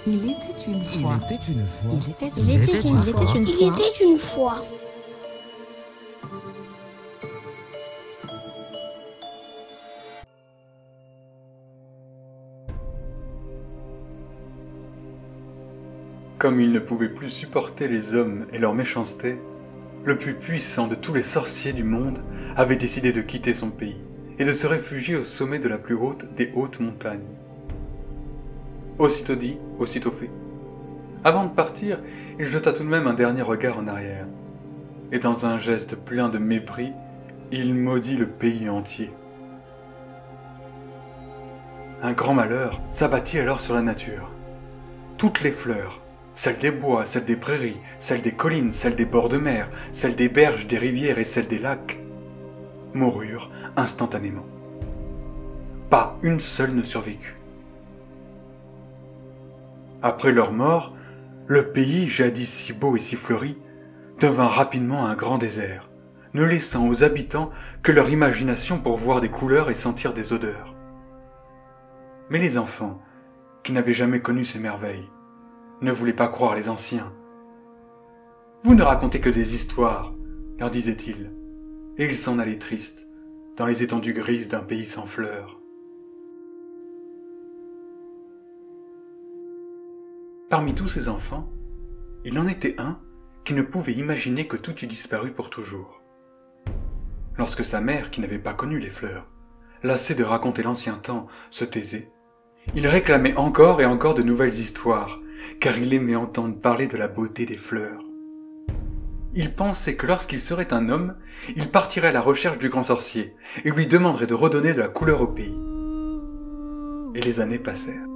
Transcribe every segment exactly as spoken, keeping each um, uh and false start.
Il était une Il fois. était une fois. Il était Il une était fois. une fois. Il était une fois. Comme il ne pouvait plus supporter les hommes et leur méchanceté, le plus puissant de tous les sorciers du monde avait décidé de quitter son pays et de se réfugier au sommet de la plus haute des hautes montagnes. Aussitôt dit, aussitôt fait. Avant de partir, il jeta tout de même un dernier regard en arrière, et dans un geste plein de mépris, il maudit le pays entier. Un grand malheur s'abattit alors sur la nature. Toutes les fleurs, celles des bois, celles des prairies, celles des collines, celles des bords de mer, celles des berges, des rivières et celles des lacs, moururent instantanément. Pas une seule ne survécut. Après leur mort, le pays, jadis si beau et si fleuri, devint rapidement un grand désert, ne laissant aux habitants que leur imagination pour voir des couleurs et sentir des odeurs. Mais les enfants, qui n'avaient jamais connu ces merveilles, ne voulaient pas croire les anciens. « Vous ne racontez que des histoires, » leur disait-il, et ils s'en allaient tristes, dans les étendues grises d'un pays sans fleurs. Parmi tous ces enfants, il en était un qui ne pouvait imaginer que tout eût disparu pour toujours. Lorsque sa mère, qui n'avait pas connu les fleurs, lassée de raconter l'ancien temps, se taisait, il réclamait encore et encore de nouvelles histoires, car il aimait entendre parler de la beauté des fleurs. Il pensait que lorsqu'il serait un homme, il partirait à la recherche du grand sorcier et lui demanderait de redonner de la couleur au pays. Et les années passèrent.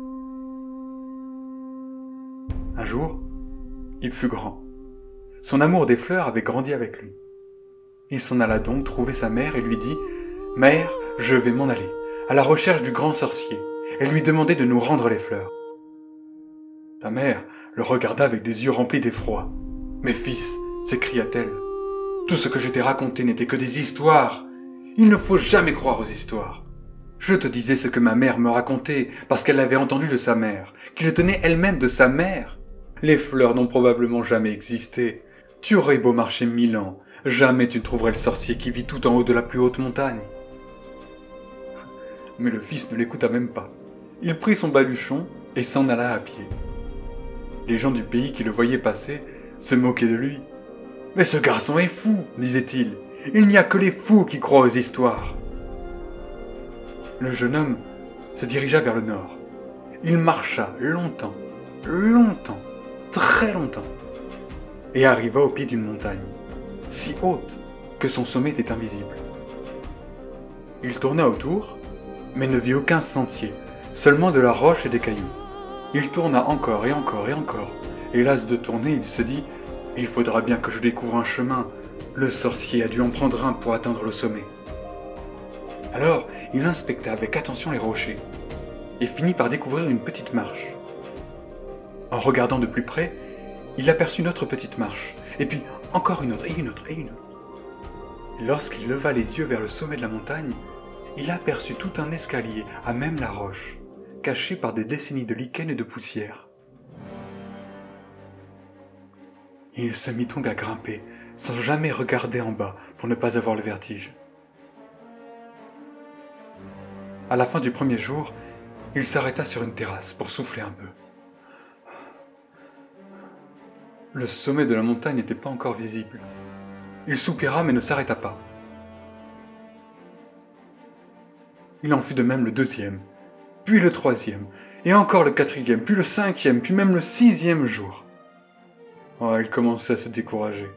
Un jour, il fut grand. Son amour des fleurs avait grandi avec lui. Il s'en alla donc trouver sa mère et lui dit « Mère, je vais m'en aller, à la recherche du grand sorcier, et lui demander de nous rendre les fleurs. » Sa mère le regarda avec des yeux remplis d'effroi. « Mes fils, s'écria-t-elle, tout ce que je t'ai raconté n'était que des histoires. Il ne faut jamais croire aux histoires. Je te disais ce que ma mère me racontait, parce qu'elle l'avait entendu de sa mère, qui le tenait elle-même de sa mère. Les fleurs n'ont probablement jamais existé. Tu aurais beau marcher mille ans, jamais tu ne trouverais le sorcier qui vit tout en haut de la plus haute montagne. » Mais le fils ne l'écouta même pas. Il prit son baluchon et s'en alla à pied. Les gens du pays qui le voyaient passer se moquaient de lui. « Mais ce garçon est fou, disait-il. Il n'y a que les fous qui croient aux histoires. » Le jeune homme se dirigea vers le nord. Il marcha longtemps, longtemps, très longtemps, et arriva au pied d'une montagne, si haute que son sommet était invisible. Il tourna autour, mais ne vit aucun sentier, seulement de la roche et des cailloux. Il tourna encore et encore et encore, et las de tourner, il se dit « Il faudra bien que je découvre un chemin, le sorcier a dû en prendre un pour atteindre le sommet. » Alors, il inspecta avec attention les rochers, et finit par découvrir une petite marche. En regardant de plus près, il aperçut une autre petite marche, et puis encore une autre, et une autre, et une autre. Lorsqu'il leva les yeux vers le sommet de la montagne, il aperçut tout un escalier à même la roche, caché par des décennies de lichen et de poussière. Il se mit donc à grimper, sans jamais regarder en bas pour ne pas avoir le vertige. À la fin du premier jour, il s'arrêta sur une terrasse pour souffler un peu. Le sommet de la montagne n'était pas encore visible. Il soupira mais ne s'arrêta pas. Il en fut de même le deuxième, puis le troisième, et encore le quatrième, puis le cinquième, puis même le sixième jour. Oh, il commençait à se décourager.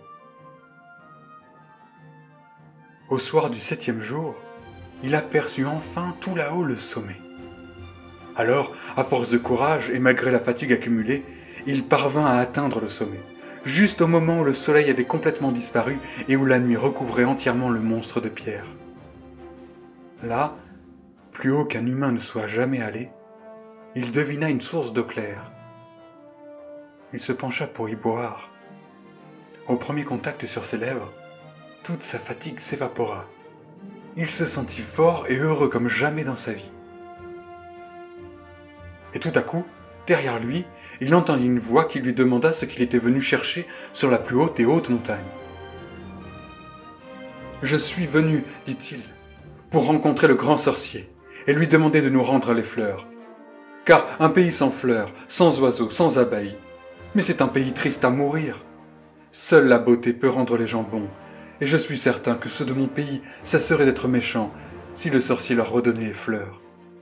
Au soir du septième jour, il aperçut enfin tout là-haut le sommet. Alors, à force de courage et malgré la fatigue accumulée, il parvint à atteindre le sommet, juste au moment où le soleil avait complètement disparu et où la nuit recouvrait entièrement le monstre de pierre. Là, plus haut qu'un humain ne soit jamais allé, il devina une source d'eau claire. Il se pencha pour y boire. Au premier contact sur ses lèvres, toute sa fatigue s'évapora. Il se sentit fort et heureux comme jamais dans sa vie. Et tout à coup, derrière lui, il entendit une voix qui lui demanda ce qu'il était venu chercher sur la plus haute et haute montagne. « Je suis venu, dit-il, pour rencontrer le grand sorcier et lui demander de nous rendre les fleurs. Car un pays sans fleurs, sans oiseaux, sans abeilles, mais c'est un pays triste à mourir. Seule la beauté peut rendre les gens bons, et je suis certain que ceux de mon pays cesseraient d'être méchants si le sorcier leur redonnait les fleurs. »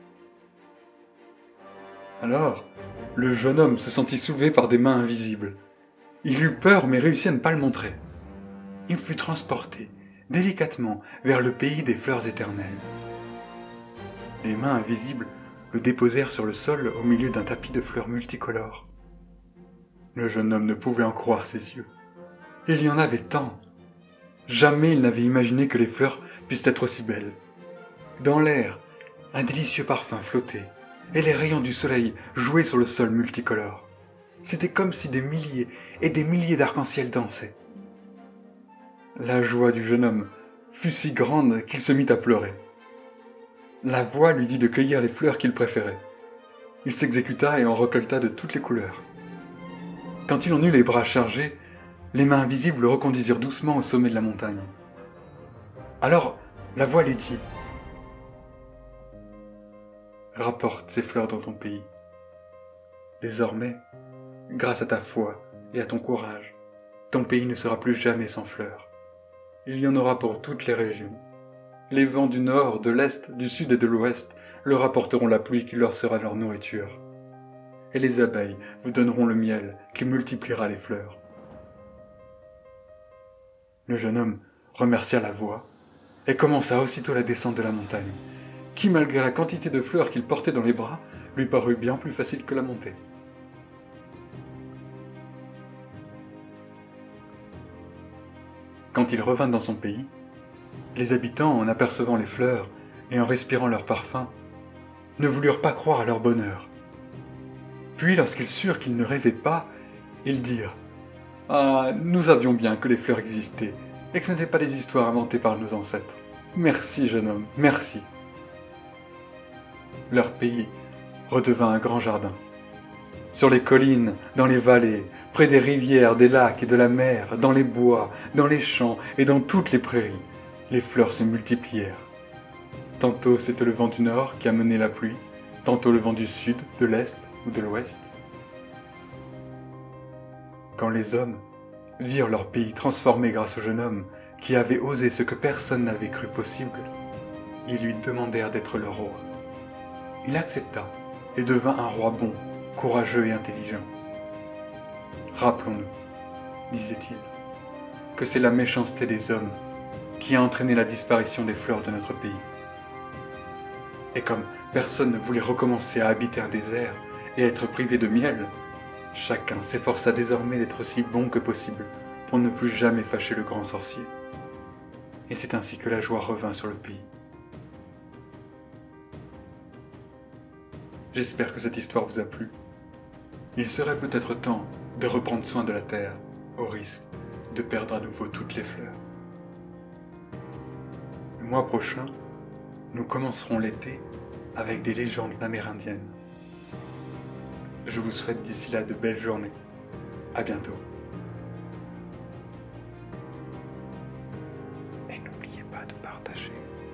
Alors, le jeune homme se sentit soulevé par des mains invisibles. Il eut peur mais réussit à ne pas le montrer. Il fut transporté délicatement vers le pays des fleurs éternelles. Les mains invisibles le déposèrent sur le sol au milieu d'un tapis de fleurs multicolores. Le jeune homme ne pouvait en croire ses yeux. Il y en avait tant. Jamais il n'avait imaginé que les fleurs puissent être aussi belles. Dans l'air, un délicieux parfum flottait, et les rayons du soleil jouaient sur le sol multicolore. C'était comme si des milliers et des milliers d'arcs-en-ciel dansaient. La joie du jeune homme fut si grande qu'il se mit à pleurer. La voix lui dit de cueillir les fleurs qu'il préférait. Il s'exécuta et en récolta de toutes les couleurs. Quand il en eut les bras chargés, les mains invisibles le reconduisirent doucement au sommet de la montagne. Alors, la voix lui dit « Rapporte ces fleurs dans ton pays. Désormais, grâce à ta foi et à ton courage, ton pays ne sera plus jamais sans fleurs. Il y en aura pour toutes les régions. Les vents du nord, de l'est, du sud et de l'ouest leur apporteront la pluie qui leur sera leur nourriture. Et les abeilles vous donneront le miel qui multipliera les fleurs. » Le jeune homme remercia la voix et commença aussitôt la descente de la montagne, qui, malgré la quantité de fleurs qu'il portait dans les bras, lui parut bien plus facile que la montée. Quand il revint dans son pays, les habitants, en apercevant les fleurs et en respirant leur parfum, ne voulurent pas croire à leur bonheur. Puis, lorsqu'ils surent qu'ils ne rêvaient pas, ils dirent « Ah, nous avions bien que les fleurs existaient, et que ce n'étaient pas des histoires inventées par nos ancêtres. Merci, jeune homme, merci. » Leur pays redevint un grand jardin. Sur les collines, dans les vallées, près des rivières, des lacs et de la mer, dans les bois, dans les champs et dans toutes les prairies, les fleurs se multiplièrent. Tantôt c'était le vent du nord qui amenait la pluie, tantôt le vent du sud, de l'est ou de l'ouest. Quand les hommes virent leur pays transformé grâce au jeune homme qui avait osé ce que personne n'avait cru possible, ils lui demandèrent d'être leur roi. Il accepta et devint un roi bon, courageux et intelligent. Rappelons-nous, disait-il, que c'est la méchanceté des hommes qui a entraîné la disparition des fleurs de notre pays. Et comme personne ne voulait recommencer à habiter un désert et être privé de miel, chacun s'efforça désormais d'être aussi bon que possible pour ne plus jamais fâcher le grand sorcier. Et c'est ainsi que la joie revint sur le pays. J'espère que cette histoire vous a plu. Il serait peut-être temps de reprendre soin de la terre, au risque de perdre à nouveau toutes les fleurs. Le mois prochain, nous commencerons l'été avec des légendes amérindiennes. Je vous souhaite d'ici là de belles journées. À bientôt. Et n'oubliez pas de partager.